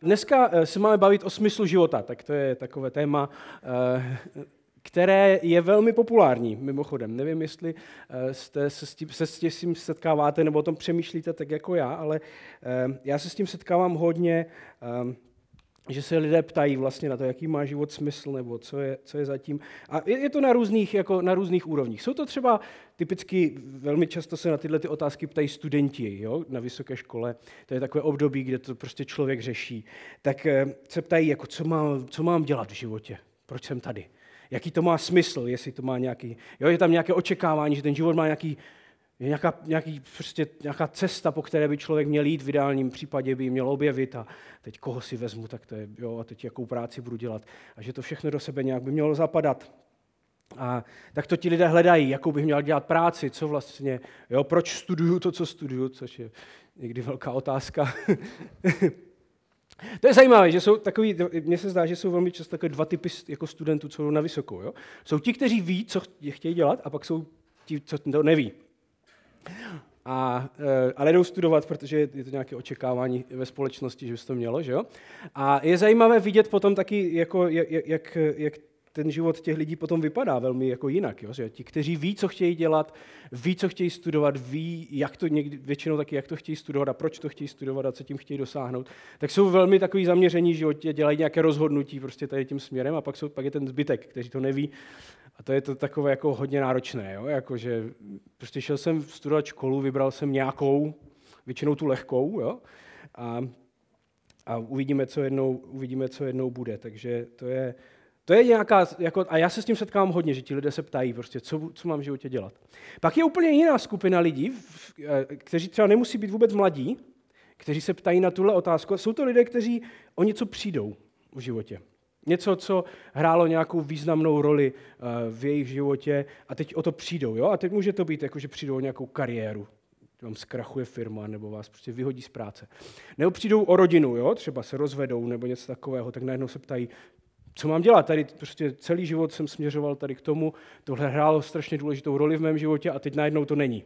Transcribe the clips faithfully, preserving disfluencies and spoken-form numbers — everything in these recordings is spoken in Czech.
Dneska se máme bavit o smyslu života, tak to je takové téma, které je velmi populární, mimochodem. Nevím, jestli jste se s tím, se s tím setkáváte nebo o tom přemýšlíte tak jako já, ale já se s tím setkávám hodně, že se lidé ptají vlastně na to, jaký má život smysl, nebo co je, co je zatím. A je, je to na různých, jako na různých úrovních. Jsou to třeba typicky, velmi často se na tyhle ty otázky ptají studenti, jo, na vysoké škole. To je takové období, kde to prostě člověk řeší. Tak se ptají, jako, co, mám, co mám dělat v životě, proč jsem tady. Jaký to má smysl, jestli to má nějaký, jo, je tam nějaké očekávání, že ten život má nějaký, je nějaká, nějaký, prostě nějaká cesta, po které by člověk měl jít, v ideálním případě by ji měl objevit a teď koho si vezmu, tak to je, jo, a teď jakou práci budu dělat. A že to všechno do sebe nějak by mělo zapadat. A tak to ti lidé hledají, jakou bych měl dělat práci, co vlastně, jo, proč studuju to, co studuju, což je někdy velká otázka. To je zajímavé, že jsou takový, mně se zdá, že jsou velmi často takové dva typy jako studentů, co jdou na vysokou. Jo? Jsou ti, kteří ví, co chtějí dělat, a pak jsou ti, co to neví. A, ale jdou studovat, protože je to nějaké očekávání ve společnosti, že by se to mělo. Že jo? A je zajímavé vidět potom taky, jako, jak, jak, jak ten život těch lidí potom vypadá velmi jako jinak. Jo? Že ti, kteří ví, co chtějí dělat, ví, co chtějí studovat, ví, jak to někdy, většinou taky, jak to chtějí studovat a proč to chtějí studovat a co tím chtějí dosáhnout, tak jsou velmi takový zaměření v životě, dělají nějaké rozhodnutí prostě tady tím směrem a pak, jsou, pak je ten zbytek, kteří to neví. A to je to takové jako hodně náročné. Jo? Jako, že prostě šel jsem studovat školu, vybral jsem nějakou, většinou tu lehkou, jo? A, a uvidíme, co jednou, uvidíme, co jednou bude. Takže to je... To je nějaká, jako, a já se s tím setkávám hodně, že ti lidé se ptají, prostě, co, co mám v životě dělat. Pak je úplně jiná skupina lidí, kteří třeba nemusí být vůbec mladí, kteří se ptají na tuhle otázku. Jsou to lidé, kteří o něco přijdou v životě. Něco, co hrálo nějakou významnou roli v jejich životě a teď o to přijdou. Jo? A teď může to být, jako, že přijdou o nějakou kariéru, vám zkrachuje firma nebo vás prostě vyhodí z práce. Nebo přijdou o rodinu, jo? Třeba se rozvedou nebo něco takového, tak najednou se ptají, co mám dělat? Tady prostě celý život jsem směřoval tady k tomu, tohle hrálo strašně důležitou roli v mém životě a teď najednou to není.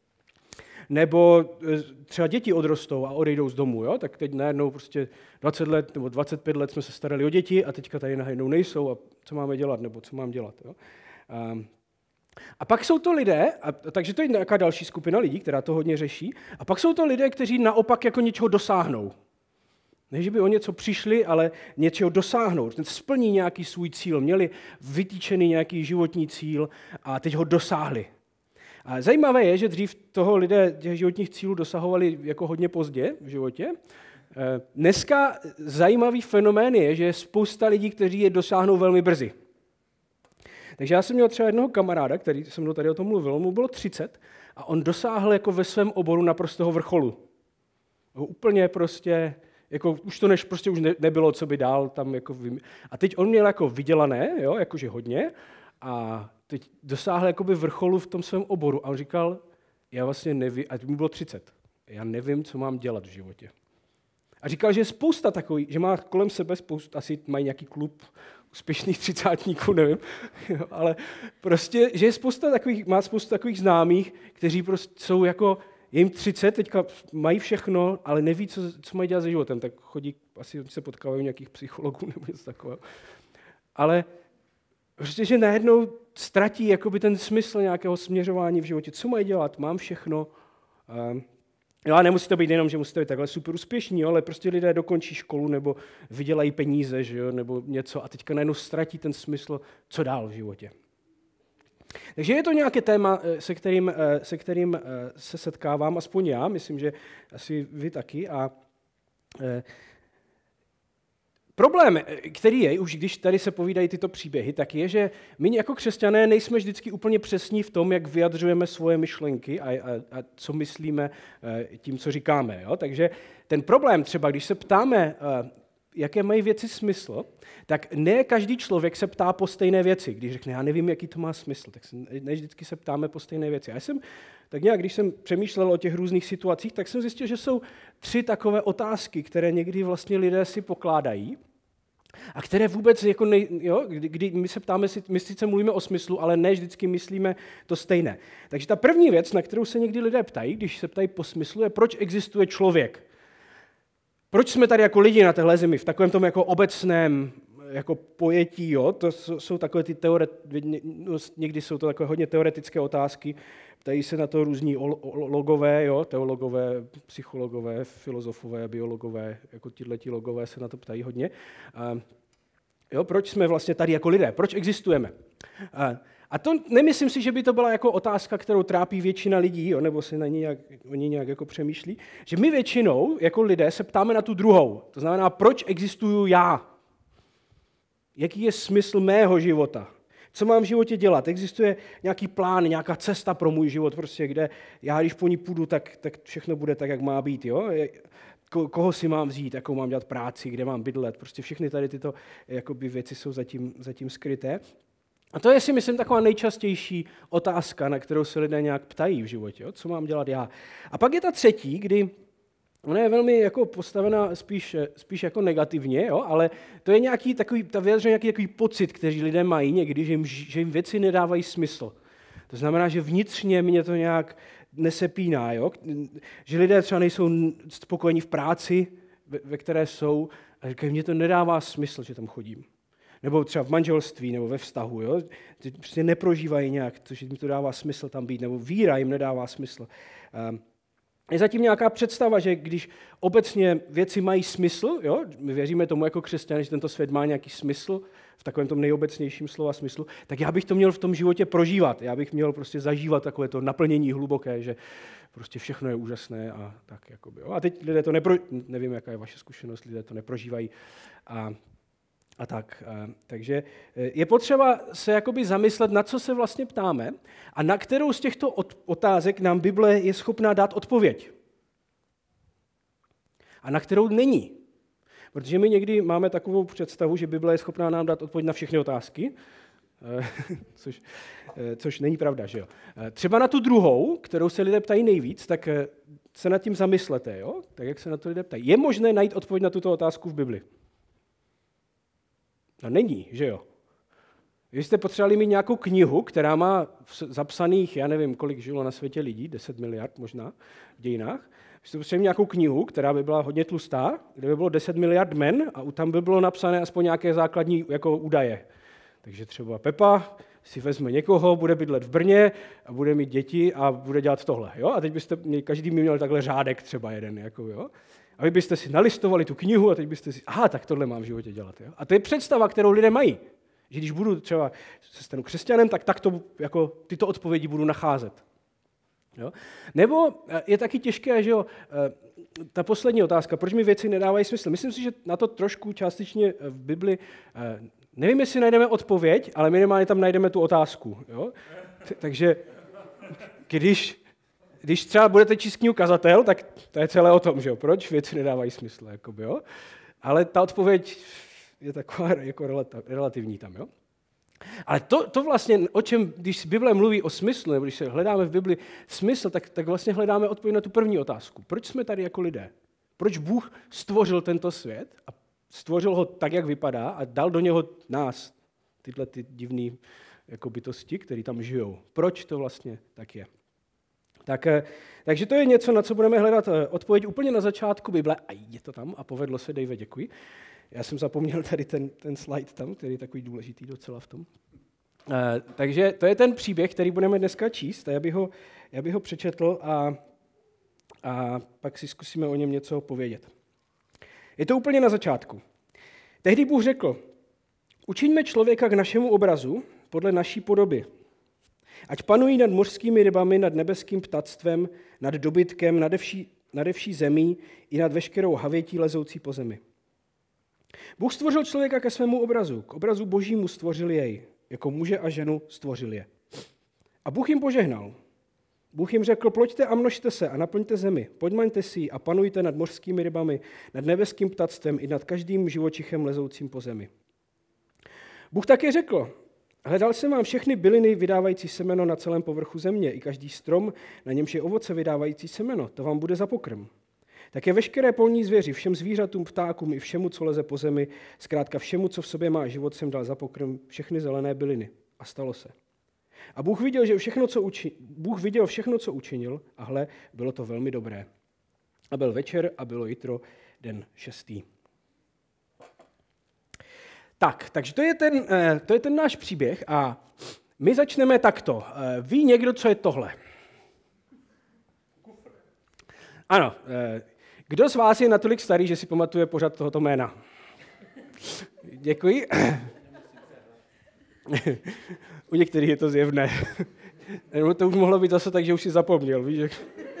Nebo třeba děti odrostou a odejdou z domu, jo? Tak teď najednou prostě dvacet let nebo dvacet pět let jsme se starali o děti a teďka tady najednou nejsou a co máme dělat nebo co mám dělat. Jo? A, a pak jsou to lidé, a, takže to je nějaká další skupina lidí, která to hodně řeší, a pak jsou to lidé, kteří naopak jako něčeho dosáhnou. Ne, že by o něco přišli, ale něčeho dosáhnout. Ten splní nějaký svůj cíl, měli vytýčený nějaký životní cíl a teď ho dosáhli. A zajímavé je, že dřív toho lidé těch životních cílů dosahovali jako hodně pozdě v životě. Dneska zajímavý fenomén je, že je spousta lidí, kteří je dosáhnou velmi brzy. Takže já jsem měl třeba jednoho kamaráda, který se mnou tady o tom mluvil, mu bylo třicet a on dosáhl jako ve svém oboru naprostého vrcholu. Úplně prostě... Jako už to než prostě už ne, nebylo, co by dál tam jako vym... A teď on měl jako vydělané, jo, jakože hodně, a teď dosáhl jakoby vrcholu v tom svém oboru a on říkal, já vlastně nevím, a mu bylo třicet, já nevím, co mám dělat v životě. A říkal, že je spousta takových, že má kolem sebe spousta, asi mají nějaký klub úspěšných třicátníků, nevím, jo, ale prostě, že je spousta takových, má spousta takových známých, kteří prostě jsou jako je jim třicet, teďka mají všechno, ale neví, co, co mají dělat se životem, tak chodí, asi se potkávají nějakých psychologů nebo něco takového. Ale prostě, že najednou ztratí jakoby ten smysl nějakého směřování v životě. Co mají dělat? Mám všechno. Jo, a nemusí to být jenom, že musíte být takhle super úspěšní, jo, ale prostě lidé dokončí školu nebo vydělají peníze, že jo, nebo něco a teďka najednou ztratí ten smysl, co dál v životě. Takže je to nějaké téma, se kterým, se kterým se setkávám, aspoň já, myslím, že asi vy taky. A e, problém, který je, už když tady se povídají tyto příběhy, tak je, že my jako křesťané nejsme vždycky úplně přesní v tom, jak vyjadřujeme svoje myšlenky a, a, a co myslíme tím, co říkáme. Jo? Takže ten problém třeba, když se ptáme, jaké mají věci smysl, tak ne každý člověk se ptá po stejné věci. Když řekne, já nevím, jaký to má smysl, tak se, ne vždycky se ptáme po stejné věci. Já jsem tak nějak, když jsem přemýšlel o těch různých situacích, tak jsem zjistil, že jsou tři takové otázky, které někdy vlastně lidé si pokládají a které vůbec, jako nej, jo, kdy, kdy my se ptáme, my sice mluvíme o smyslu, ale ne vždycky myslíme to stejné. Takže ta první věc, na kterou se někdy lidé ptají, když se ptají po smyslu, je, proč existuje člověk. Proč jsme tady jako lidi na téhle zemi, v takovém tom jako obecném jako pojetí, jo? To jsou takové ty teorie, někdy jsou to takové hodně teoretické otázky, ptají se na to různí logové, jo? Teologové, psychologové, filozofové, biologové, jako tihleti logové se na to ptají hodně. A, jo? Proč jsme vlastně tady jako lidé, proč existujeme? A, A to nemyslím si, že by to byla jako otázka, kterou trápí většina lidí, jo, nebo si na ní nějak, oni nějak jako přemýšlí, že my většinou jako lidé se ptáme na tu druhou. To znamená, proč existuju já? Jaký je smysl mého života? Co mám v životě dělat? Existuje nějaký plán, nějaká cesta pro můj život, prostě, kde já, když po ní půjdu, tak, tak všechno bude tak, jak má být. Jo? Koho si mám vzít, jakou mám dělat práci, kde mám bydlet. Prostě všechny tady tyto jakoby, věci jsou zatím, zatím skryté. A to je, si myslím, taková nejčastější otázka, na kterou se lidé nějak ptají v životě. Jo? Co mám dělat já? A pak je ta třetí, kdy ona je velmi jako postavená spíš, spíš jako negativně, jo? Ale to je nějaký takový, ta věc, že nějaký takový pocit, který lidé mají někdy, že jim, že jim věci nedávají smysl. To znamená, že vnitřně mě to nějak nesepíná, jo? Že lidé třeba nejsou spokojení v práci, ve, ve které jsou, a říkají, mně to nedává smysl, že tam chodím. Nebo třeba v manželství, nebo ve vztahu, jo? Prostě neprožívají nějak, že jim to dává smysl tam být, nebo víra jim nedává smysl. Je zatím nějaká představa, že když obecně věci mají smysl, jo? My věříme tomu jako křesťané, že tento svět má nějaký smysl, v takovém tom nejobecnějším slova smyslu, tak já bych to měl v tom životě prožívat. Já bych měl prostě zažívat takové to naplnění hluboké, že prostě všechno je úžasné a tak jakoby, jo? A teď lidé to nepro... nevím, jaká je vaše zkušenost, lidé to neprožívají a A tak. Takže je potřeba se jakoby zamyslet, na co se vlastně ptáme a na kterou z těchto otázek nám Bible je schopná dát odpověď. A na kterou není. Protože my někdy máme takovou představu, že Bible je schopná nám dát odpověď na všechny otázky, což, což není pravda, že jo. Třeba na tu druhou, kterou se lidé ptají nejvíc, tak se nad tím zamyslete, jo? Tak jak se na to lidé ptají. Je možné najít odpověď na tuto otázku v Bibli? No není, že jo. Vy jste potřebovali mít nějakou knihu, která má zapsaných, já nevím, kolik žilo na světě lidí, deset miliard možná v dějinách. Vy jste potřebovali nějakou knihu, která by byla hodně tlustá, kde by bylo deset miliard men a tam by bylo napsané aspoň nějaké základní jako údaje. Takže třeba Pepa si vezme někoho, bude bydlet v Brně a bude mít děti a bude dělat tohle. Jo? A teď byste, každý by měl takhle řádek třeba jeden. Jako, jo? A vy byste si nalistovali tu knihu a teď byste si, aha, tak tohle mám v životě dělat. Jo? A to je představa, kterou lidé mají. Že když budu třeba se stanu křesťanem, tak takto jako tyto odpovědi budu nacházet. Jo? Nebo je taky těžké, že jo, ta poslední otázka, proč mi věci nedávají smysl. Myslím si, že na to trošku částečně v Bibli, nevím, jestli najdeme odpověď, ale minimálně tam najdeme tu otázku. Jo? Takže když Když třeba budete číst knihu Kazatel, tak to je celé o tom, že jo, proč věci nedávají smysl, jakoby, jo? Ale ta odpověď je taková jako relativní tam, jo? Ale to, to vlastně, o čem, když Bible mluví o smyslu, nebo když se hledáme v Bibli smysl, tak, tak vlastně hledáme odpověď na tu první otázku. Proč jsme tady jako lidé? Proč Bůh stvořil tento svět a stvořil ho tak, jak vypadá a dal do něho nás, tyhle ty divné jako bytosti, které tam žijou? Proč to vlastně tak je? Tak, takže to je něco, na co budeme hledat odpověď úplně na začátku Bible. A je to tam a povedlo se, Dave, děkuji. Já jsem zapomněl tady ten, ten slide tam, který je takový důležitý docela v tom. E, takže to je ten příběh, který budeme dneska číst. A já bych ho, já bych ho přečetl a, a pak si zkusíme o něm něco povědět. Je to úplně na začátku. Tehdy Bůh řekl, učiňme člověka k našemu obrazu podle naší podoby. Ať panují nad mořskými rybami, nad nebeským ptactvem, nad dobytkem, nade vší, nade vší zemí i nad veškerou havětí lezoucí po zemi. Bůh stvořil člověka ke svému obrazu, k obrazu božímu stvořil jej, jako muže a ženu stvořil je. A Bůh jim požehnal. Bůh jim řekl, ploďte a množte se a naplňte zemi, podmaňte si ji a panujte nad mořskými rybami, nad nebeským ptactvem i nad každým živočichem lezoucím po zemi. Bůh také řekl, hledal jsem vám všechny byliny vydávající semeno na celém povrchu země, i každý strom, na němž je ovoce vydávající semeno, to vám bude za pokrm. Také veškeré polní zvěři, všem zvířatům, ptákům i všemu, co leze po zemi, zkrátka všemu, co v sobě má život, jsem dal za pokrm všechny zelené byliny. A stalo se. A Bůh viděl, že všechno, co uči... Bůh viděl všechno, co učinil, a hle, bylo to velmi dobré. A byl večer a bylo jitro, den šestý. Tak, takže to je ten, to je ten náš příběh a my začneme takto. Ví někdo, co je tohle? Ano. Kdo z vás je natolik starý, že si pamatuje pořád tohoto jména? Děkuji. U některých je to zjevné. To už mohlo být zase tak, že už si zapomněl. Víš?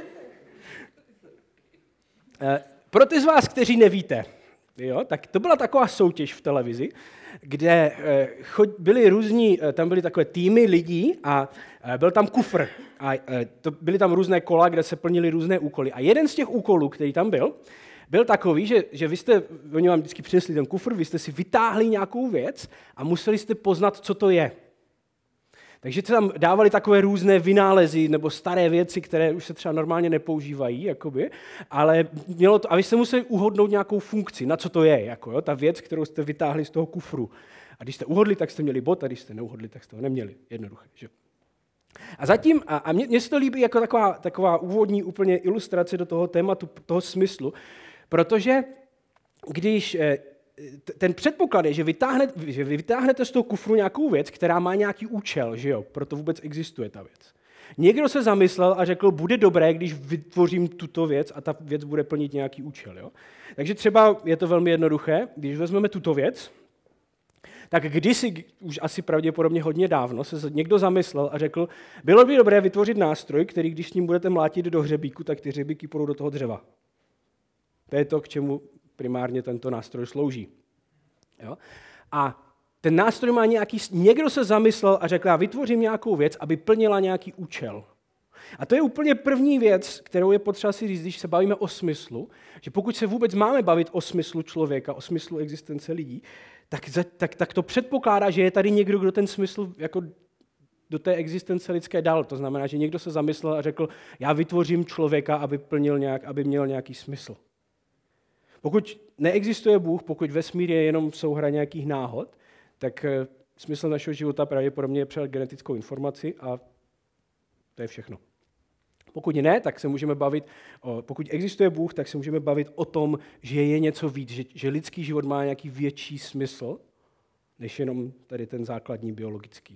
Pro ty z vás, kteří nevíte, jo, tak to byla taková soutěž v televizi, kde byli různí, tam byly takové týmy lidí a byl tam kufr. A to byly tam různé kola, kde se plnily různé úkoly. A jeden z těch úkolů, který tam byl, byl takový, že, že vy jste, oni vám vždycky přinesli ten kufr, vy jste si vytáhli nějakou věc a museli jste poznat, co to je. Takže tam dávali takové různé vynálezy nebo staré věci, které už se třeba normálně nepoužívají, jakoby, ale mělo to, a vy jste museli uhodnout nějakou funkci, na co to je, jako, jo, ta věc, kterou jste vytáhli z toho kufru. A když jste uhodli, tak jste měli bod, a když jste neuhodli, tak jste ho neměli. Jednoduché. Že? A zatím, a, a mně, mně se to líbí jako taková, taková úvodní úplně ilustrace do toho tématu, toho smyslu, protože když ten předpoklad je, že, vytáhne, že vy vytáhnete z toho kufru nějakou věc, která má nějaký účel, že jo, proto vůbec existuje ta věc. Někdo se zamyslel a řekl, bude dobré, když vytvořím tuto věc a ta věc bude plnit nějaký účel. Jo? Takže třeba je to velmi jednoduché, když vezmeme tuto věc, tak kdysi, už asi pravděpodobně hodně dávno, se někdo zamyslel a řekl, bylo by dobré vytvořit nástroj, který když s ním budete mlátit do hřebíku, tak ty hřebíky půjdou do toho dřeva. To je to, k čemu primárně tento nástroj slouží. Jo? A ten nástroj má nějaký, někdo se zamyslel a řekl, já vytvořím nějakou věc, aby plnila nějaký účel. A to je úplně první věc, kterou je potřeba si říct, když se bavíme o smyslu, že pokud se vůbec máme bavit o smyslu člověka, o smyslu existence lidí, tak, tak, tak to předpokládá, že je tady někdo, kdo ten smysl jako do té existence lidské dal. To znamená, že někdo se zamyslel a řekl, já vytvořím člověka, aby plnil nějak, aby měl nějaký smysl. Pokud neexistuje Bůh, pokud vesmír je jenom souhra nějakých náhod, tak smysl našeho života pravděpodobně je předat genetickou informaci a to je všechno. Pokud ne, tak se můžeme bavit, o, pokud existuje Bůh, tak se můžeme bavit o tom, že je něco víc, že, že lidský život má nějaký větší smysl, než jenom tady ten základní biologický.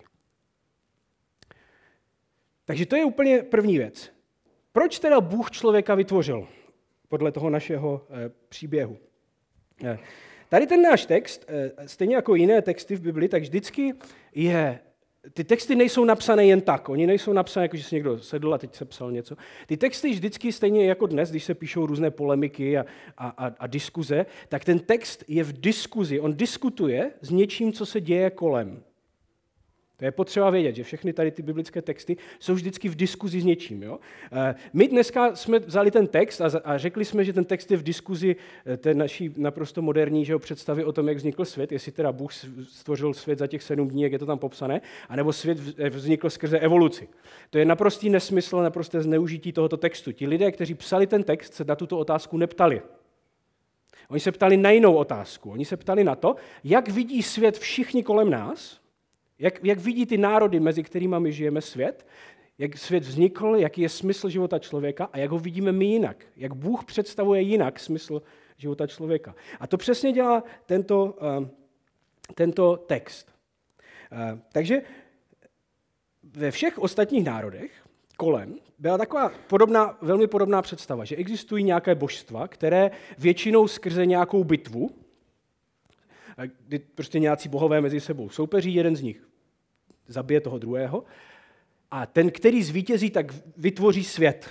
Takže to je úplně první věc. Proč teda Bůh člověka vytvořil? Podle toho našeho e, příběhu. E, tady ten náš text, e, stejně jako jiné texty v Bibli, tak vždycky je, ty texty nejsou napsané jen tak. Oni nejsou napsané, jako že si někdo sedl a teď se psal něco. Ty texty vždycky stejně jako dnes, když se píšou různé polemiky a, a, a, a diskuze, tak ten text je v diskuzi. On diskutuje s něčím, co se děje kolem. To je potřeba vědět, že všechny tady ty biblické texty jsou vždycky v diskuzi s něčím. Jo? My dneska jsme vzali ten text a řekli jsme, že ten text je v diskuzi té naší naprosto moderní, že jo, představy o tom, jak vznikl svět, jestli teda Bůh stvořil svět za těch sedm dní, jak je to tam popsané, anebo svět vznikl skrze evoluci. To je naprostý nesmysl, naprosté zneužití tohoto textu. Ti lidé, kteří psali ten text, se na tuto otázku neptali. Oni se ptali na jinou otázku. Oni se ptali na to, jak vidí svět všichni kolem nás, Jak, jak vidí ty národy, mezi kterými my žijeme svět, jak svět vznikl, jaký je smysl života člověka a jak ho vidíme my jinak. Jak Bůh představuje jinak smysl života člověka. A to přesně dělá tento, uh, tento text. Uh, takže ve všech ostatních národech kolem byla taková podobná, velmi podobná představa, že existují nějaké božstva, které většinou skrze nějakou bitvu, kdy prostě nějací bohové mezi sebou soupeří, jeden z nich zabije toho druhého a ten, který zvítězí, tak vytvoří svět.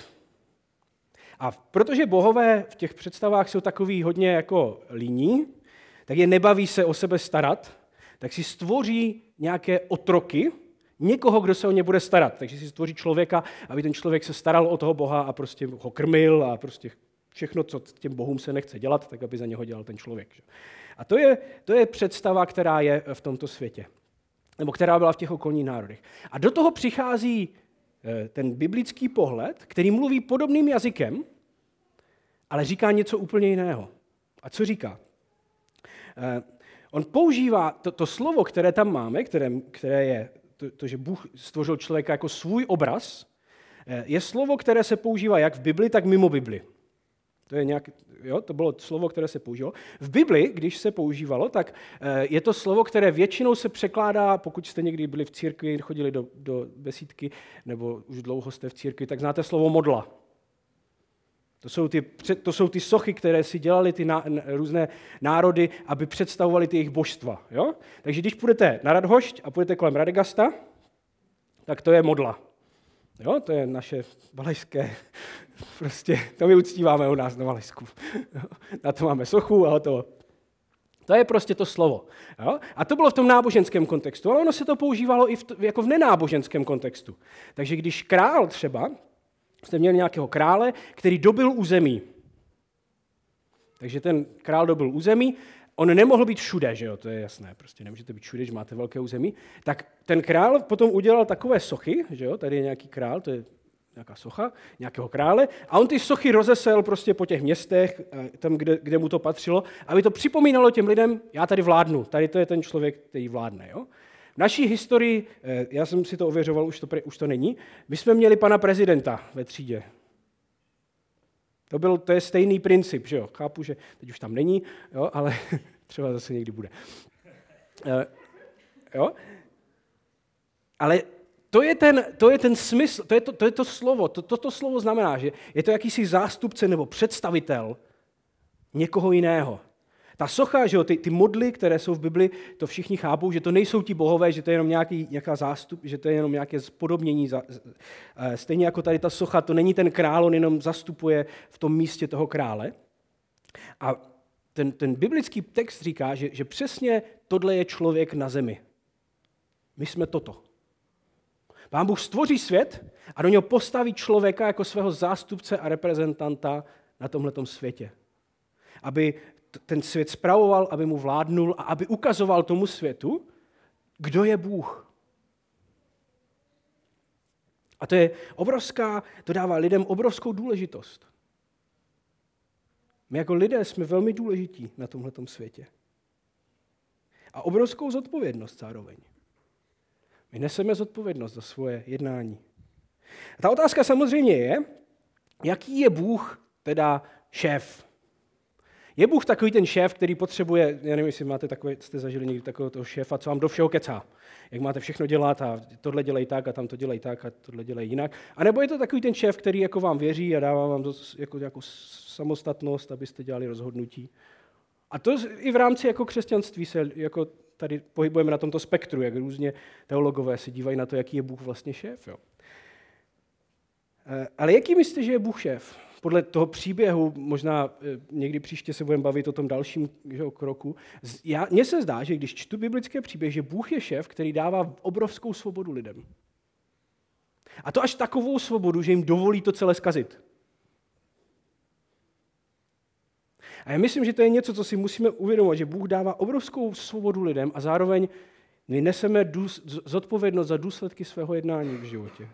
A protože bohové v těch představách jsou takový hodně jako líní, tak je nebaví se o sebe starat, tak si stvoří nějaké otroky, někoho, kdo se o ně bude starat. Takže si stvoří člověka, aby ten člověk se staral o toho boha a prostě ho krmil a prostě všechno, co těm bohům se nechce dělat, tak aby za něho dělal ten člověk. A to je, to je představa, která je v tomto světě, nebo která byla v těch okolních národech. A do toho přichází ten biblický pohled, který mluví podobným jazykem, ale říká něco úplně jiného. A co říká? On používá to, to slovo, které tam máme, které, které je to, to, že Bůh stvořil člověka jako svůj obraz, je slovo, které se používá jak v Bibli, tak mimo Bibli. To, je nějak, jo, to bylo slovo, které se použilo. V Bibli, když se používalo, tak je to slovo, které většinou se překládá, pokud jste někdy byli v církvi, chodili do, do besídky, nebo už dlouho jste v církvi, tak znáte slovo modla. To jsou ty, to jsou ty sochy, které si dělali ty ná, různé národy, aby představovali ty jejich božstva. Jo? Takže když půjdete na Radhošť a půjdete kolem Radegasta, tak to je modla. Jo? To je naše valajské, prostě to my uctíváme u nás na Valajsku. Na to máme sochu a hotovo. To je prostě to slovo. Jo? A to bylo v tom náboženském kontextu, ale ono se to používalo i v to, jako v nenáboženském kontextu. Takže když král třeba, jste měli nějakého krále, který dobyl území. Takže ten král dobyl území, on nemohl být všude, že jo, to je jasné, prostě nemůžete být všude, že máte velké území. Tak ten král potom udělal takové sochy, že jo, tady je nějaký král, to je nějaká socha, nějakého krále, a on ty sochy rozesel prostě po těch městech, tam, kde, kde mu to patřilo, aby to připomínalo těm lidem, já tady vládnu, tady to je ten člověk, který vládne, jo. V naší historii, já jsem si to ověřoval, už to, už to není, my jsme měli pana prezidenta ve třídě. To, byl, to je stejný princip, že jo? Chápu, že teď už tam není, jo? Ale třeba zase někdy bude. E, jo? Ale to je ten, to je ten smysl, to je to, to, je to slovo, to, to, to slovo znamená, že je to jakýsi zástupce nebo představitel někoho jiného. Ta socha, že jo, ty, ty modly, které jsou v Bibli, to všichni chápou, že to nejsou ti bohové, že to je jenom nějaký, nějaká zástup, že to je jenom nějaké spodobnění. Stejně jako tady ta socha, to není ten král, on jenom zastupuje v tom místě toho krále. A ten, ten biblický text říká, že, že přesně tohle je člověk na zemi. My jsme toto. Pán Bůh stvoří svět a do něho postaví člověka jako svého zástupce a reprezentanta na tomhletom světě. Aby ten svět spravoval, aby mu vládnul a aby ukazoval tomu světu, kdo je Bůh. A to je obrovská, to dává lidem obrovskou důležitost. My jako lidé jsme velmi důležití na tomhletom světě. A obrovskou zodpovědnost zároveň. My neseme zodpovědnost za svoje jednání. A ta otázka samozřejmě je, jaký je Bůh teda šéf. Je Bůh takový ten šéf, který potřebuje, já nevím, jestli máte takové, jste zažili někdy takového toho šéfa, co vám do všeho kecá. Jak máte všechno dělat a tohle dělej tak a tam to dělej tak a tohle dělej jinak. A nebo je to takový ten šéf, který jako vám věří a dává vám to jako, jako samostatnost, abyste dělali rozhodnutí. A to i v rámci jako křesťanství se jako tady pohybujeme na tomto spektru, jak různě teologové se dívají na to, jaký je Bůh vlastně šéf. Jo. Ale jaký myslíte, že je Bůh šéf? Podle toho příběhu, možná někdy příště se budeme bavit o tom dalším že, kroku. Já, mně se zdá, že když čtu biblické příběhy, že Bůh je šéf, který dává obrovskou svobodu lidem. A to až takovou svobodu, že jim dovolí to celé zkazit. A já myslím, že to je něco, co si musíme uvědomit, že Bůh dává obrovskou svobodu lidem a zároveň my neseme důs- zodpovědnost za důsledky svého jednání v životě.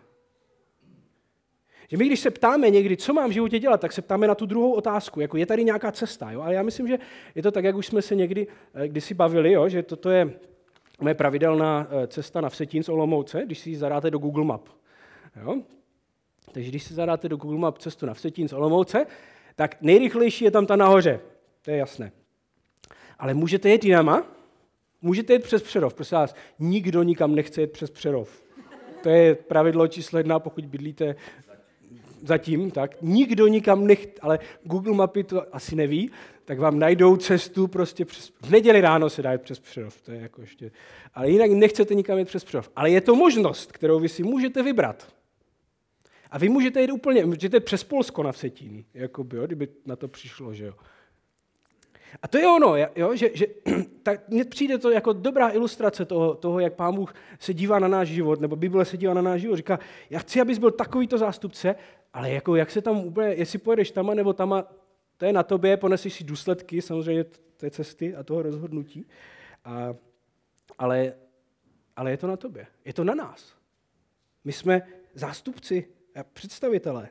Že my, když se ptáme někdy, co mám v životě dělat, tak se ptáme na tu druhou otázku, jako je tady nějaká cesta. Jo? Ale já myslím, že je to tak, jak už jsme se někdy kdysi bavili, jo? Že toto je moje pravidelná cesta na Vsetín z Olomouce, když si ji zadáte do Google Map. Jo? Takže když si zadáte do Google Map cestu na Vsetín z Olomouce, tak nejrychlejší je tam ta nahoře, to je jasné. Ale můžete jet jinama, můžete jet přes Přerov, prosím vás, nikdo nikam nechce jet přes Přerov. To je pravidlo číslo jedna, pokud bydlíte zatím, tak nikdo nikam nechce, ale Google Mapy to asi neví, tak vám najdou cestu prostě přes, v neděli ráno se dá jet přes Přerov, to je jako ještě, ale jinak nechcete nikam jet přes Přerov. Ale je to možnost, kterou vy si můžete vybrat. A vy můžete jít úplně, můžete jít přes Polsko na Vsetín, jakoby, jo, kdyby na to přišlo, že jo. A to je ono, jo, že, že tak mně přijde to jako dobrá ilustrace toho, toho, jak Pán Bůh se dívá na náš život, nebo Bible se dívá na náš život, říká, já chci, abys byl takovýto zástupce, ale jako jak se tam úplně, jestli pojedeš tama nebo tama, to je na tobě, poneseš si důsledky samozřejmě té cesty a toho rozhodnutí, a, ale, ale je to na tobě, je to na nás. My jsme zástupci a představitelé.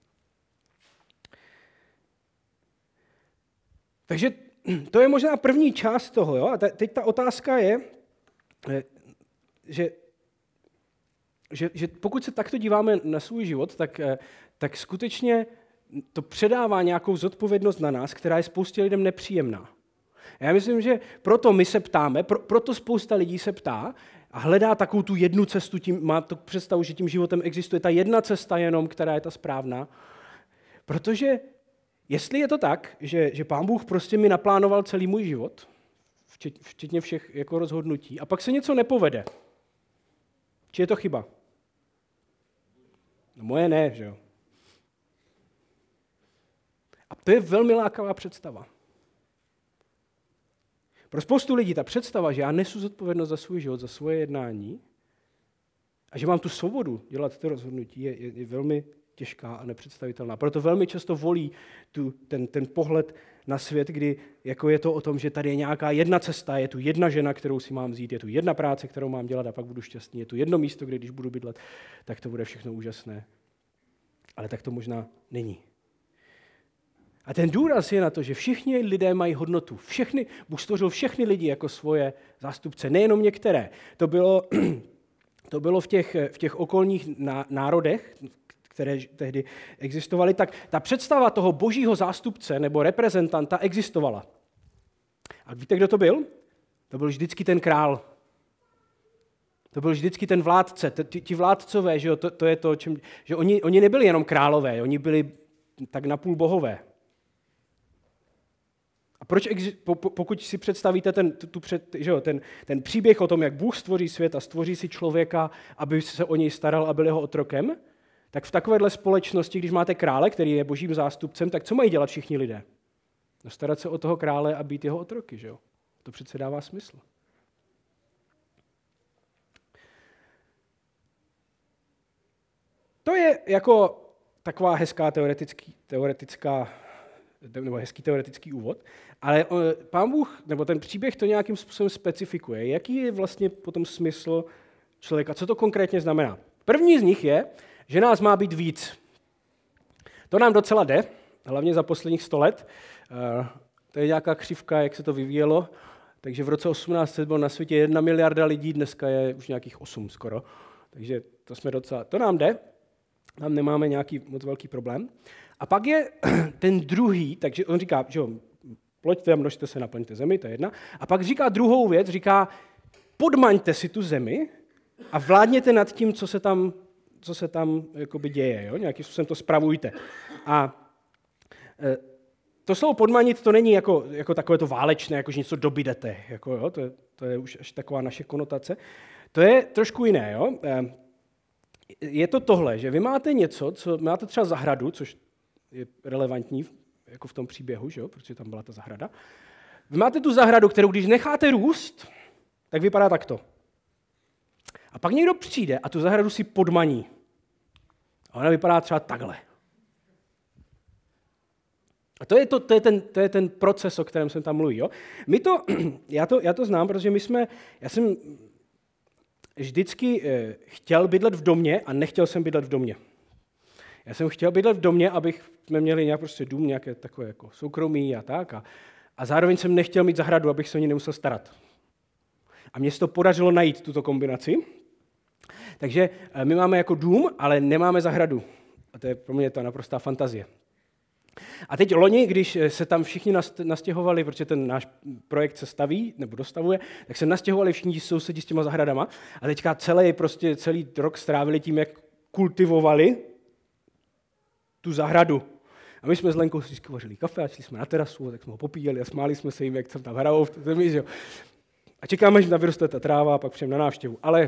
Takže to je možná první část toho. Jo? A teď ta otázka je, že, že, že pokud se takto díváme na svůj život, tak, tak skutečně to předává nějakou zodpovědnost na nás, která je spoustě lidem nepříjemná. Já myslím, že proto my se ptáme, pro, proto spousta lidí se ptá a hledá takovou tu jednu cestu, tím, má to představu, že tím životem existuje ta jedna cesta jenom, která je ta správná. Protože jestli je to tak, že, že Pán Bůh prostě mi naplánoval celý můj život, včetně všech jako rozhodnutí, a pak se něco nepovede, či je to chyba? No moje ne, že jo. A to je velmi lákavá představa. Pro spoustu lidí ta představa, že já nesu zodpovědnost za svůj život, za svoje jednání a že mám tu svobodu dělat ty rozhodnutí, je, je, je velmi těžká a nepředstavitelná. Proto velmi často volí tu, ten, ten pohled na svět, kdy jako je to o tom, že tady je nějaká jedna cesta, je tu jedna žena, kterou si mám vzít, je tu jedna práce, kterou mám dělat a pak budu šťastný, je tu jedno místo, kde když budu bydlet, tak to bude všechno úžasné. Ale tak to možná není. A ten důraz je na to, že všichni lidé mají hodnotu. Všechny, Bůh stvořil všechny lidi jako svoje zástupce, nejenom některé. To bylo, to bylo v, těch, v těch okolních národech, které tehdy existovaly, tak ta představa toho božího zástupce nebo reprezentanta existovala. A víte, kdo to byl? To byl vždycky ten král. To byl vždycky ten vládce. Ti, ti vládcové, že jo, to, to je to, čem, že oni, oni nebyli jenom králové, oni byli tak napůl bohové. A proč, pokud si představíte ten, tu před, že jo, ten, ten příběh o tom, jak Bůh stvoří svět a stvoří si člověka, aby se o něj staral a byl jeho otrokem, tak v takovéhle společnosti, když máte krále, který je božím zástupcem, tak co mají dělat všichni lidé? No starat se o toho krále a být jeho otroky, že jo? To přece dává smysl. To je jako taková hezká teoretický, teoretická nebo hezký teoretický úvod, ale Pán Bůh, nebo ten příběh to nějakým způsobem specifikuje. Jaký je vlastně potom smysl člověka? Co to konkrétně znamená? První z nich je, že nás má být víc. To nám docela jde, hlavně za posledních sto let. To je nějaká křivka, jak se to vyvíjelo. Takže v roce osmnáct set bylo na světě jedna miliarda lidí, dneska je už nějakých osm skoro. Takže to jsme docela, to nám jde. Tam nemáme nějaký moc velký problém. A pak je ten druhý, takže on říká, že jo, ploďte a množte se, naplňte zemi, to je jedna. A pak říká druhou věc, říká, podmaňte si tu zemi a vládněte nad tím, co se tam, co se tam jakoby děje, jo? Nějakým způsobem to spravujte. A e, to slovo podmanit, to není jako, jako takové to válečné, jako že něco dobydete, jako, jo? To, je, to je už až taková naše konotace. To je trošku jiné, jo. E, je to tohle, že vy máte něco, co máte třeba zahradu, což je relevantní jako v tom příběhu, že jo, protože tam byla ta zahrada. Vy máte tu zahradu, kterou když necháte růst, tak vypadá takto. A pak někdo přijde a tu zahradu si podmaní. A ona vypadá třeba takhle. A to je, to, to je, ten, to je ten proces, o kterém jsem tam mluvil. Jo? My to, já, to, já to znám, protože my jsme, já jsem vždycky eh, chtěl bydlet v domě a nechtěl jsem bydlet v domě. Já jsem chtěl bydlet v domě, abych jsme měli nějak prostě dům, nějaké takové jako soukromí a tak. A, a zároveň jsem nechtěl mít zahradu, abych se o ní nemusel starat. A mně se to podařilo najít, tuto kombinaci. Takže my máme jako dům, ale nemáme zahradu. A to je pro mě ta naprostá fantazie. A teď loni, když se tam všichni nastěhovali, protože ten náš projekt se staví, nebo dostavuje, tak se nastěhovali všichni sousedí s těma zahradama. A teďka celý, prostě celý rok strávili tím, jak kultivovali tu zahradu. A my jsme s Lenkou vždycky vařili kafe a šli jsme na terasu, tak jsme ho popíjeli a smáli jsme se jim, jak se tam hrajou v té zemi. Že jo. A čekáme, že tam vyroste ta tráva a pak přijdeme na návštěvu. Ale,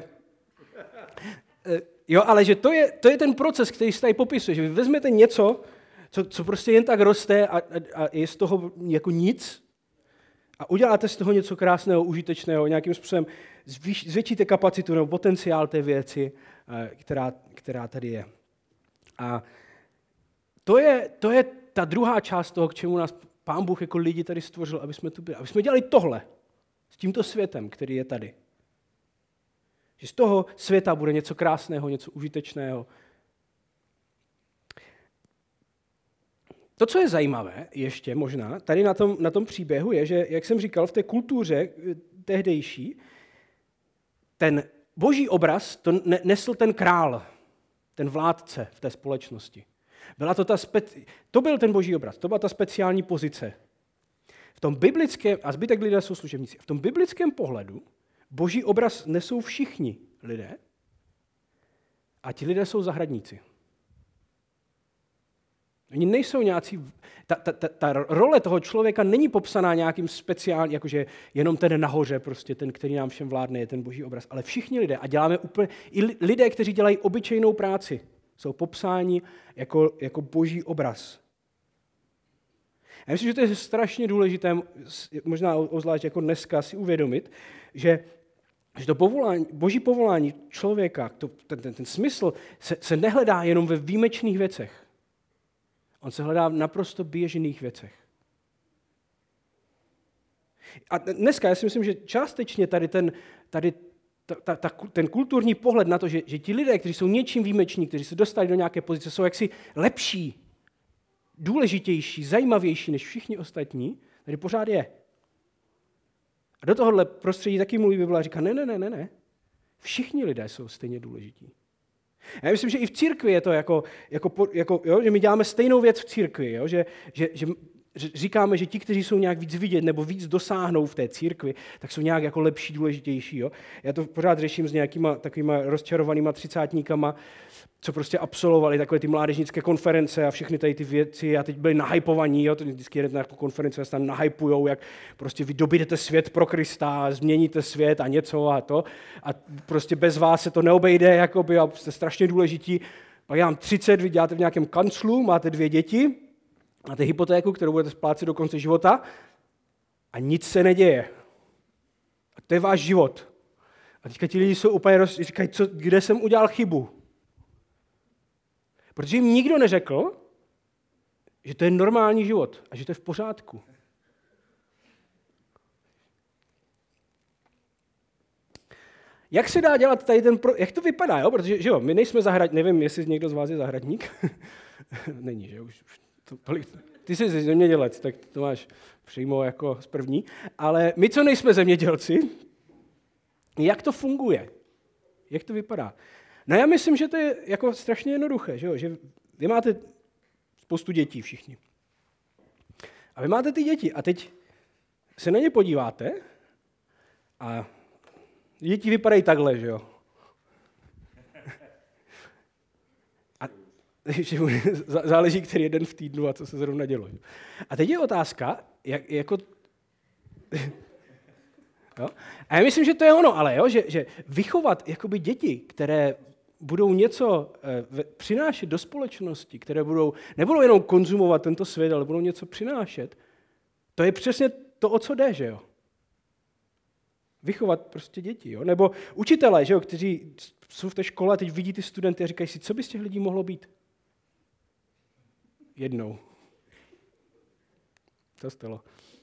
jo, ale že to je, to je ten proces, který se tady popisuje, že vy vezmete něco, co, co prostě jen tak roste a, a, a je z toho jako nic a uděláte z toho něco krásného, užitečného, nějakým způsobem zvětš, zvětšíte kapacitu nebo potenciál té věci, která, která tady je. A To je, to je ta druhá část toho, k čemu nás Pán Bůh jako lidi tady stvořil, aby jsme tu byli. Aby jsme dělali tohle s tímto světem, který je tady. Že z toho světa bude něco krásného, něco užitečného. To, co je zajímavé ještě možná, tady na tom, na tom příběhu je, že, jak jsem říkal, v té kultuře tehdejší, ten boží obraz to nesl ten král, ten vládce v té společnosti. Byla to, ta spe... to byl ten boží obraz, to byla ta speciální pozice. V tom biblickém, a zbytek lidé jsou služebníci, v tom biblickém pohledu boží obraz nesou všichni lidé a ti lidé jsou zahradníci. Oni nejsou nějací, ta, ta, ta, ta role toho člověka není popsaná nějakým speciálním, jakože jenom ten nahoře, prostě ten, který nám všem vládne, je ten boží obraz, ale všichni lidé a děláme úplně, i lidé, kteří dělají obyčejnou práci, jsou popsáni jako, jako boží obraz. Já myslím, že to je strašně důležité, možná ozvlášť jako dneska si uvědomit, že, že to povolání, boží povolání člověka, to, ten, ten, ten smysl se, se nehledá jenom ve výjimečných věcech. On se hledá v naprosto běžných věcech. A dneska já si myslím, že částečně tady ten, tady ta, ta, ta, ten kulturní pohled na to, že, že ti lidé, kteří jsou něčím výjimeční, kteří se dostali do nějaké pozice, jsou jaksi lepší, důležitější, zajímavější než všichni ostatní, tady pořád je. A do tohohle prostředí taky mluví Bible a říká, ne, ne, ne, ne, ne. Všichni lidé jsou stejně důležití. Já myslím, že i v církvi je to jako, jako, jako jo, že my děláme stejnou věc v církvi, jo, že, že, že říkáme, že ti, kteří jsou nějak víc vidět nebo víc dosáhnou v té církvi, tak jsou nějak jako lepší, důležitější. Jo. Já to pořád řeším s nějakýma takovýma rozčarovanýma třicátníkama, co prostě absolvovali takové ty mládežnické konference a všechny tady ty věci a teď byli nahypovaní, jo, to vždycky jedete na nějakou konferenci a se tam nahypujou, jak prostě vy dobídete svět pro Krista, změníte svět a něco a to a prostě bez vás se to neobejde, jakoby, a jste strašně důležití. Pak já mám třicet, vy děláte v nějakém kanclu, máte dvě děti, máte hypotéku, kterou budete splácet do konce života a nic se neděje. A to je váš život. A teďka ti lidi jsou úplně roz... říkají, co, kde jsem udělal chybu. Protože jim nikdo neřekl, že to je normální život a že to je v pořádku. Jak se dá dělat tady ten... Pro... Jak to vypadá, jo? Protože že jo, my nejsme zahradník, nevím, jestli někdo z vás je zahradník. Není, že už... To, tolik... Ty jsi zemědělec, tak to máš přímo jako z první. Ale my, co nejsme zemědělci, jak to funguje? Jak to vypadá? No já myslím, že to je jako strašně jednoduché, že, jo? Že vy máte spoustu dětí všichni. A vy máte ty děti a teď se na ně podíváte a děti vypadají takhle, že jo. A záleží, který jeden v týdnu a co se zrovna dělo. A teď je otázka, jak, jako... Jo? A já myslím, že to je ono, ale jo, že, že vychovat jakoby děti, které budou něco eh, přinášet do společnosti, které budou, nebudou jenom konzumovat tento svět, ale budou něco přinášet, to je přesně to, o co jde, že jo. Vychovat prostě děti, jo. Nebo učitelé, že jo, kteří jsou v té škole a teď vidí ty studenty a říkají si, co by z těch lidí mohlo být? Jednou. To stalo.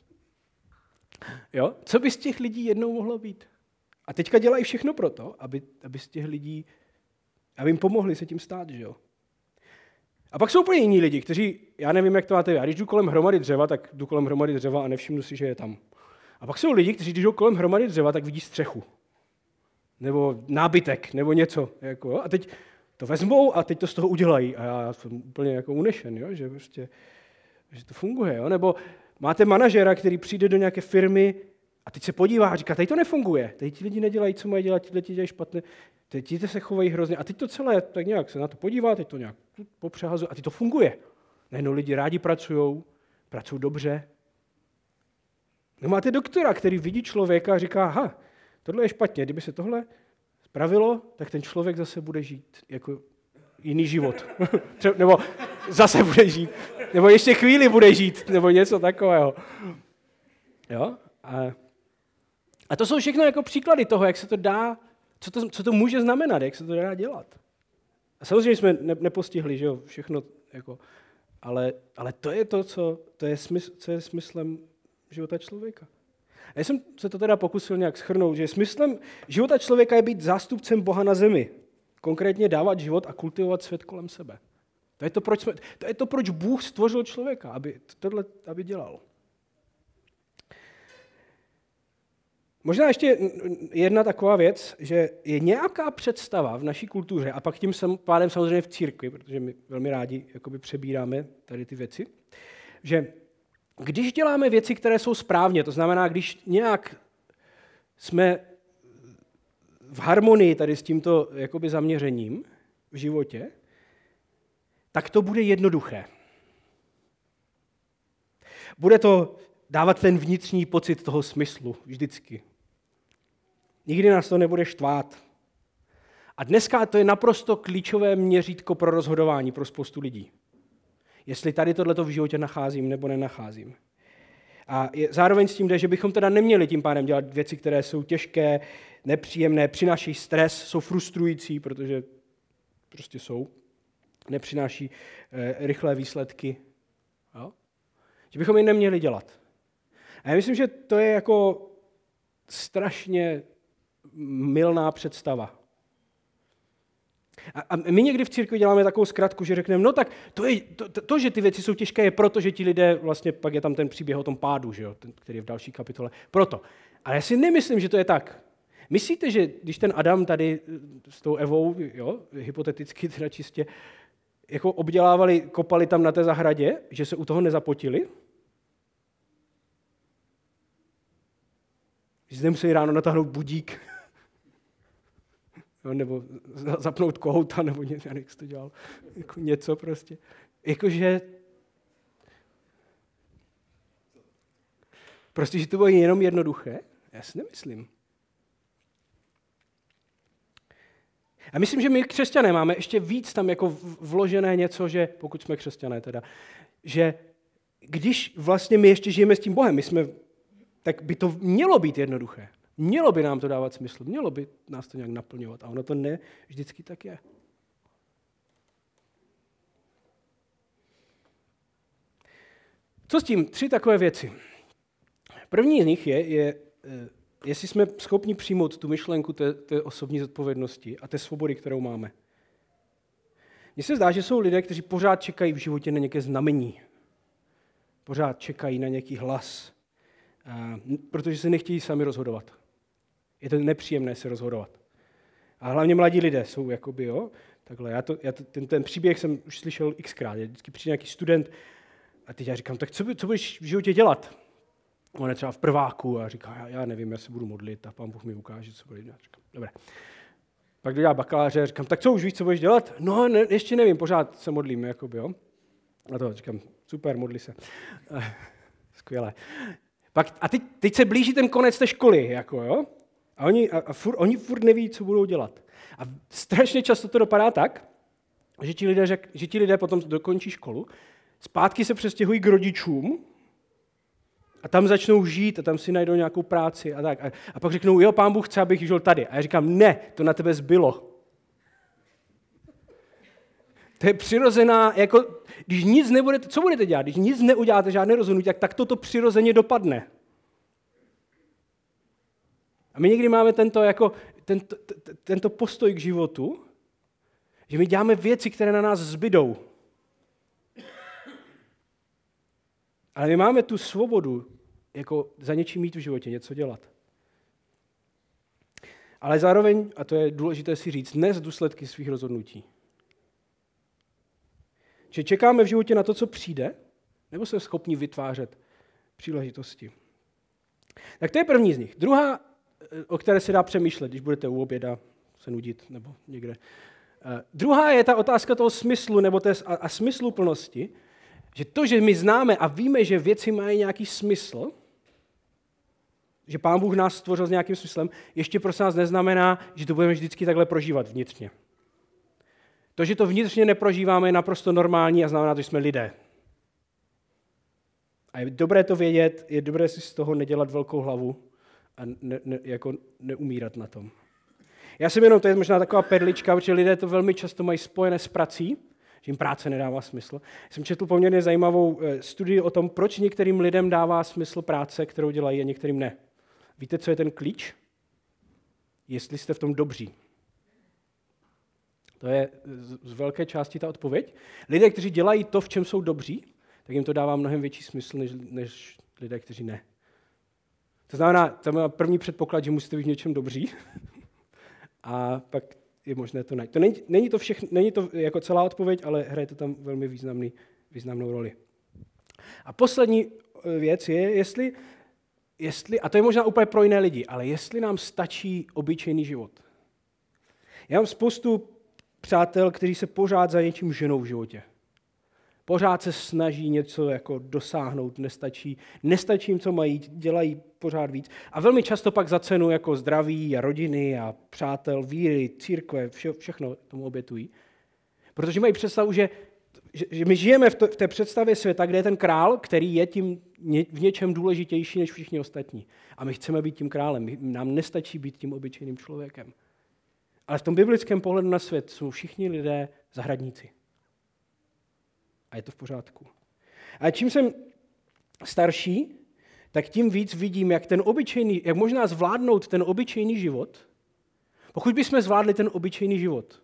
Jo? Co by z těch lidí jednou mohlo být? A teďka dělají všechno pro to, aby, aby z těch lidí, aby jim pomohli se tím stát, že jo? A pak jsou úplně jiní lidi, kteří, já nevím, jak to máte, já když jdu kolem hromady dřeva, tak jdu kolem hromady dřeva a nevšimnu si, že je tam. A pak jsou lidi, kteří, když jdou kolem hromady dřeva, tak vidí střechu. Nebo nábytek, nebo něco. Jako, jo? A teď to vezmou a teď to z toho udělají. A já jsem úplně jako unešen, jo? Že, prostě, že to funguje. Jo? Nebo máte manažera, který přijde do nějaké firmy a teď se podívá a říká, tady to nefunguje. Teď ti lidi nedělají, co mají dělat, ti lidi dělají špatně. Teď ti se chovají hrozně. A teď to celé tak nějak se na to podívá, teď to nějak popřehazuje a teď to funguje. Najednou lidi rádi pracují, pracují dobře. No máte doktora, který vidí člověka a říká, aha, tohle je špatně, kdyby se tohle spravilo, tak ten člověk zase bude žít jako jiný život. Nebo zase bude žít. Nebo ještě chvíli bude žít, nebo něco takového. Jo? A, a to jsou všechno jako příklady toho, jak se to dá, co to, co to může znamenat, jak se to dá dělat. A samozřejmě jsme ne, nepostihli, že jo, všechno, jako, ale, ale to je to, co, to je smysl, co je smyslem života člověka. A já jsem se to teda pokusil nějak shrnout, že smyslem života člověka je být zástupcem Boha na zemi. Konkrétně dávat život a kultivovat svět kolem sebe. To je to, proč, jsme, to je to, proč Bůh stvořil člověka, aby tohle aby dělal. Možná ještě jedna taková věc, že je nějaká představa v naší kultuře, a pak tím pádem samozřejmě v církvi, protože my velmi rádi jakoby přebíráme tady ty věci, že když děláme věci, které jsou správně, to znamená, když nějak jsme v harmonii tady s tímto jakoby zaměřením v životě, tak to bude jednoduché. Bude to dávat ten vnitřní pocit toho smyslu vždycky. Nikdy nás to nebude štvát. A dneska to je naprosto klíčové měřítko pro rozhodování pro spoustu lidí. Jestli tady tohleto v životě nacházím nebo nenacházím. A je, zároveň s tím jde, že bychom teda neměli tím pádem dělat věci, které jsou těžké, nepříjemné, přináší stres, jsou frustrující, protože prostě jsou, nepřináší eh, rychlé výsledky. Jo? Že bychom je neměli dělat. A já myslím, že to je jako strašně mylná představa. A, a my někdy v církvi děláme takovou zkratku, že řekneme, no tak to, je, to, to, to, že ty věci jsou těžké, je proto, že ti lidé, vlastně pak je tam ten příběh o tom pádu, že jo, ten, který je v další kapitole, proto. Ale já si nemyslím, že to je tak. Myslíte, že když ten Adam tady s tou Evou, jo, hypoteticky teda čistě, jako obdělávali, kopali tam na té zahradě, že se u toho nezapotili? Že jste nemuseli ráno natáhnout budík, no, nebo zapnout kohouta, nebo něco, jak jsi to dělal, jako něco prostě. Jakože, prostě, že to bylo jenom jednoduché? Já si nemyslím. A myslím, že my křesťané máme ještě víc tam jako vložené něco, že, pokud jsme křesťané teda, že když vlastně my ještě žijeme s tím Bohem, my jsme, tak by to mělo být jednoduché. Mělo by nám to dávat smysl, mělo by nás to nějak naplňovat. A ono to ne vždycky tak je. Co s tím? Tři takové věci. První z nich je, je jestli jsme schopni přijmout tu myšlenku té, té osobní zodpovědnosti a té svobody, kterou máme. Mně se zdá, že jsou lidé, kteří pořád čekají v životě na nějaké znamení. Pořád čekají na nějaký hlas, protože se nechtějí sami rozhodovat. Je to nepříjemné se rozhodovat. A hlavně mladí lidé jsou jakoby, jo, takhle. Já to, já to, ten, ten příběh jsem už slyšel xkrát. Vždycky přijde nějaký student a teď já říkám, tak co, co budeš v životě dělat? On je třeba v prváku a říká, já, já nevím, já se budu modlit a Pán Bůh mi ukáže, co bude dělat. Říkám, dobré. Pak dělá bakaláře a říkám, tak co, už víš, co budeš dělat? No, ne, ještě nevím, pořád se modlím, jakoby, jo. A to říkám, super, modli se. Skvělé. Pak, a teď, teď se blíží ten konec té školy, jako, jo. A oni, a, a furt, oni furt neví, co budou dělat. A strašně často to dopadá tak, že ti lidé, řek, že ti lidé potom dokončí školu, zpátky se přestěhují k rodičům a tam začnou žít a tam si najdou nějakou práci a tak. A, a pak řeknou, jo, Pán Bůh chce, abych žil tady. A já říkám, ne, to na tebe zbylo. To je přirozená, jako, když nic nebudete, co budete dělat? Když nic neuděláte, žádné rozhodnutí, tak, tak toto přirozeně dopadne. A my někdy máme tento, jako, tento, tento postoj k životu, že my děláme věci, které na nás zbydou. Ale my máme tu svobodu, jako za něčím mít v životě, něco dělat. Ale zároveň, a to je důležité si říct, nést důsledky svých rozhodnutí. Že čekáme v životě na to, co přijde, nebo jsme schopni vytvářet příležitosti. Tak to je první z nich. Druhá, o které se dá přemýšlet, když budete u oběda se nudit nebo někde. Uh, druhá je ta otázka toho smyslu nebo té a, a smysluplnosti, že to, že my známe a víme, že věci mají nějaký smysl, že Pán Bůh nás stvořil s nějakým smyslem, ještě pro nás neznamená, že to budeme vždycky takhle prožívat vnitřně. To, že to vnitřně neprožíváme, je naprosto normální a znamená to, že jsme lidé. A je dobré to vědět, je dobré si z toho nedělat velkou hlavu a ne, ne, jako neumírat na tom. Já jsem jenom, to je možná taková perlička, protože lidé to velmi často mají spojené s prací, že jim práce nedává smysl. Jsem četl poměrně zajímavou studii o tom, proč některým lidem dává smysl práce, kterou dělají, a některým ne. Víte, co je ten klíč? Jestli jste v tom dobří. To je z velké části ta odpověď. Lidé, kteří dělají to, v čem jsou dobří, tak jim to dává mnohem větší smysl, než, než lidé, kteří ne. To znamená, to je první předpoklad, že musíte být v něčem dobří a pak je možné to najít. To není, není to všechno, není to jako celá odpověď, ale hraje to tam velmi významný, významnou roli. A poslední věc je, jestli, jestli, a to je možná úplně pro jiné lidi, ale jestli nám stačí obyčejný život. Já mám spoustu přátel, kteří se pořád za něčím ženou v životě. Pořád se snaží něco jako dosáhnout, nestačí, nestačí jim, co mají, dělají pořád víc. A velmi často pak za cenu jako zdraví a rodiny a přátel, víry, církve, vše, všechno tomu obětují. Protože mají představu, že, že, že my žijeme v, to, v té představě světa, kde je ten král, který je tím v něčem důležitější než všichni ostatní. A my chceme být tím králem, my, nám nestačí být tím obyčejným člověkem. Ale v tom biblickém pohledu na svět jsou všichni lidé zahradníci. A je to v pořádku. A čím jsem starší, tak tím víc vidím, jak ten obyčejný, jak možná zvládnout ten obyčejný život, pokud bychom zvládli ten obyčejný život,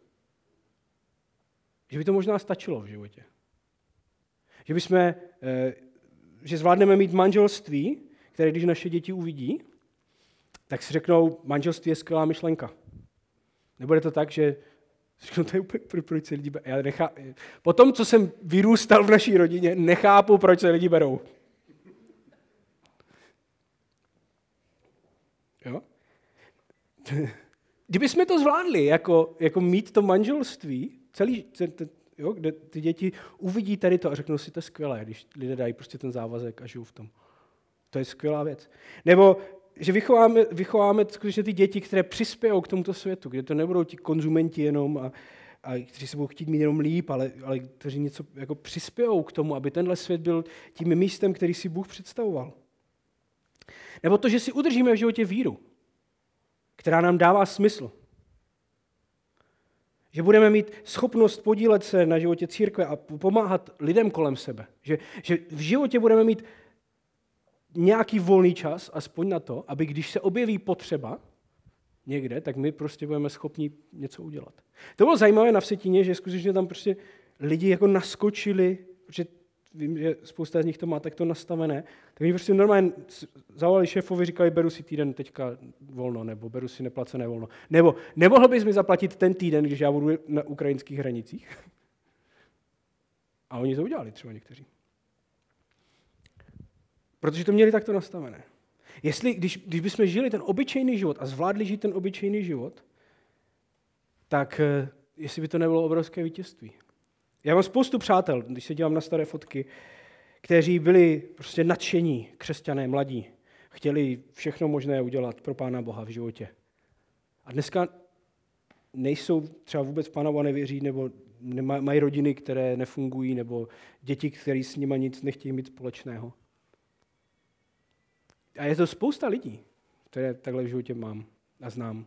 že by to možná stačilo v životě. Že bychom, že zvládneme mít manželství, které když naše děti uvidí, tak si řeknou, manželství je skvělá myšlenka. Nebude to tak, že řeknu, to je úplně, proč se lidi berou. Já nechá... Po tom, co jsem vyrůstal v naší rodině, nechápu, proč se lidi berou. Jo? Kdybychom to zvládli, jako, jako mít to manželství, celý, jo, kde ty děti uvidí tady to a řeknou si, to je skvělé, když lidé dají prostě ten závazek a žijou v tom. To je skvělá věc. Nebo že vychováme, vychováme skutečně ty děti, které přispějou k tomuto světu, kde to nebudou ti konzumenti jenom, a, a kteří se budou chtít mít jenom líp, ale, ale kteří něco jako přispějou k tomu, aby tenhle svět byl tím místem, který si Bůh představoval. Nebo to, že si udržíme v životě víru, která nám dává smysl. Že budeme mít schopnost podílet se na životě církve a pomáhat lidem kolem sebe. Že, že v životě budeme mít nějaký volný čas, aspoň na to, aby když se objeví potřeba někde, tak my prostě budeme schopni něco udělat. To bylo zajímavé na Vsetíně, že skutečně tam prostě lidi jako naskočili, protože vím, že spousta z nich to má takto nastavené, tak oni prostě normálně zavolali šéfovi, říkali, beru si týden teďka volno, nebo beru si neplacené volno. Nebo nemohl bys mi zaplatit ten týden, když já budu na ukrajinských hranicích? A oni to udělali třeba někteří. Protože to měli takto nastavené. Jestli, když, když bychom žili ten obyčejný život a zvládli žít ten obyčejný život, tak jestli by to nebylo obrovské vítězství. Já mám spoustu přátel, když se dívám na staré fotky, kteří byli prostě nadšení, křesťané, mladí. Chtěli všechno možné udělat pro Pána Boha v životě. A dneska nejsou třeba vůbec Pána Boha nevěří, nebo mají rodiny, které nefungují, nebo děti, které s nimi nic nechtějí mít společného. A je to spousta lidí, které takhle v životě mám a znám.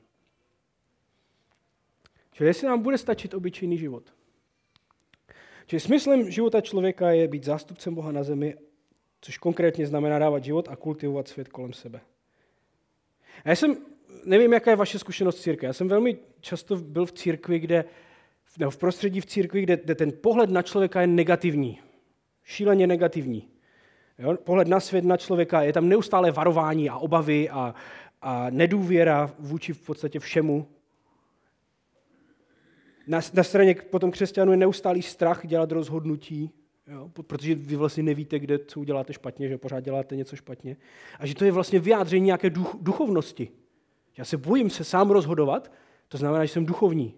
Čili jestli nám bude stačit obyčejný život. Čili smyslem života člověka je být zástupcem Boha na zemi, což konkrétně znamená dávat život a kultivovat svět kolem sebe. A já jsem, nevím, jaká je vaše zkušenost církve, já jsem velmi často byl v církvi, kde, nebo v prostředí v církvi, kde, kde ten pohled na člověka je negativní, šíleně negativní. Jo? Pohled na svět, na člověka, je tam neustále varování a obavy a, a nedůvěra vůči v podstatě všemu. Na, na straně potom křesťanů je neustálý strach dělat rozhodnutí, jo? Protože vy vlastně nevíte, kde co uděláte špatně, že pořád děláte něco špatně. A že to je vlastně vyjádření nějaké duch, duchovnosti. Já se bojím se sám rozhodovat, to znamená, že jsem duchovní.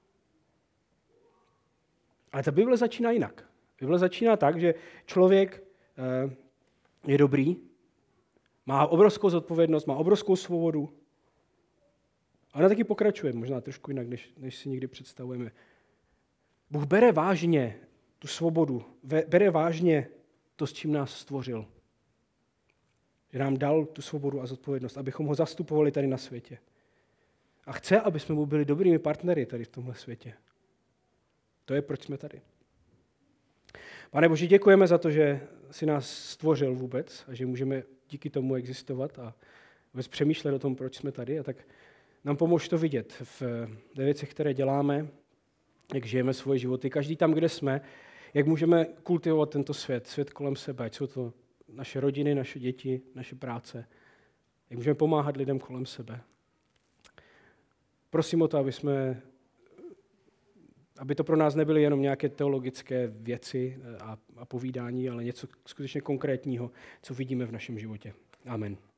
Ale ta Bible začíná jinak. Bible začíná tak, že člověk je dobrý, má obrovskou zodpovědnost, má obrovskou svobodu. A ona taky pokračuje, možná trošku jinak, než, než si někdy představujeme. Bůh bere vážně tu svobodu, bere vážně to, s čím nás stvořil. Že nám dal tu svobodu a zodpovědnost, abychom ho zastupovali tady na světě. A chce, aby jsme mu byli dobrými partnery tady v tomhle světě. To je, proč jsme tady. Pane Bože, děkujeme za to, že jsi nás stvořil vůbec a že můžeme díky tomu existovat a vůbec přemýšlet o tom, proč jsme tady. A tak nám pomož to vidět v ve věcech, které děláme, jak žijeme svoje životy, každý tam, kde jsme, jak můžeme kultivovat tento svět, svět kolem sebe, ať jsou to naše rodiny, naše děti, naše práce. Jak můžeme pomáhat lidem kolem sebe. Prosím o to, aby jsme, aby to pro nás nebyly jenom nějaké teologické věci a, a povídání, ale něco skutečně konkrétního, co vidíme v našem životě. Amen.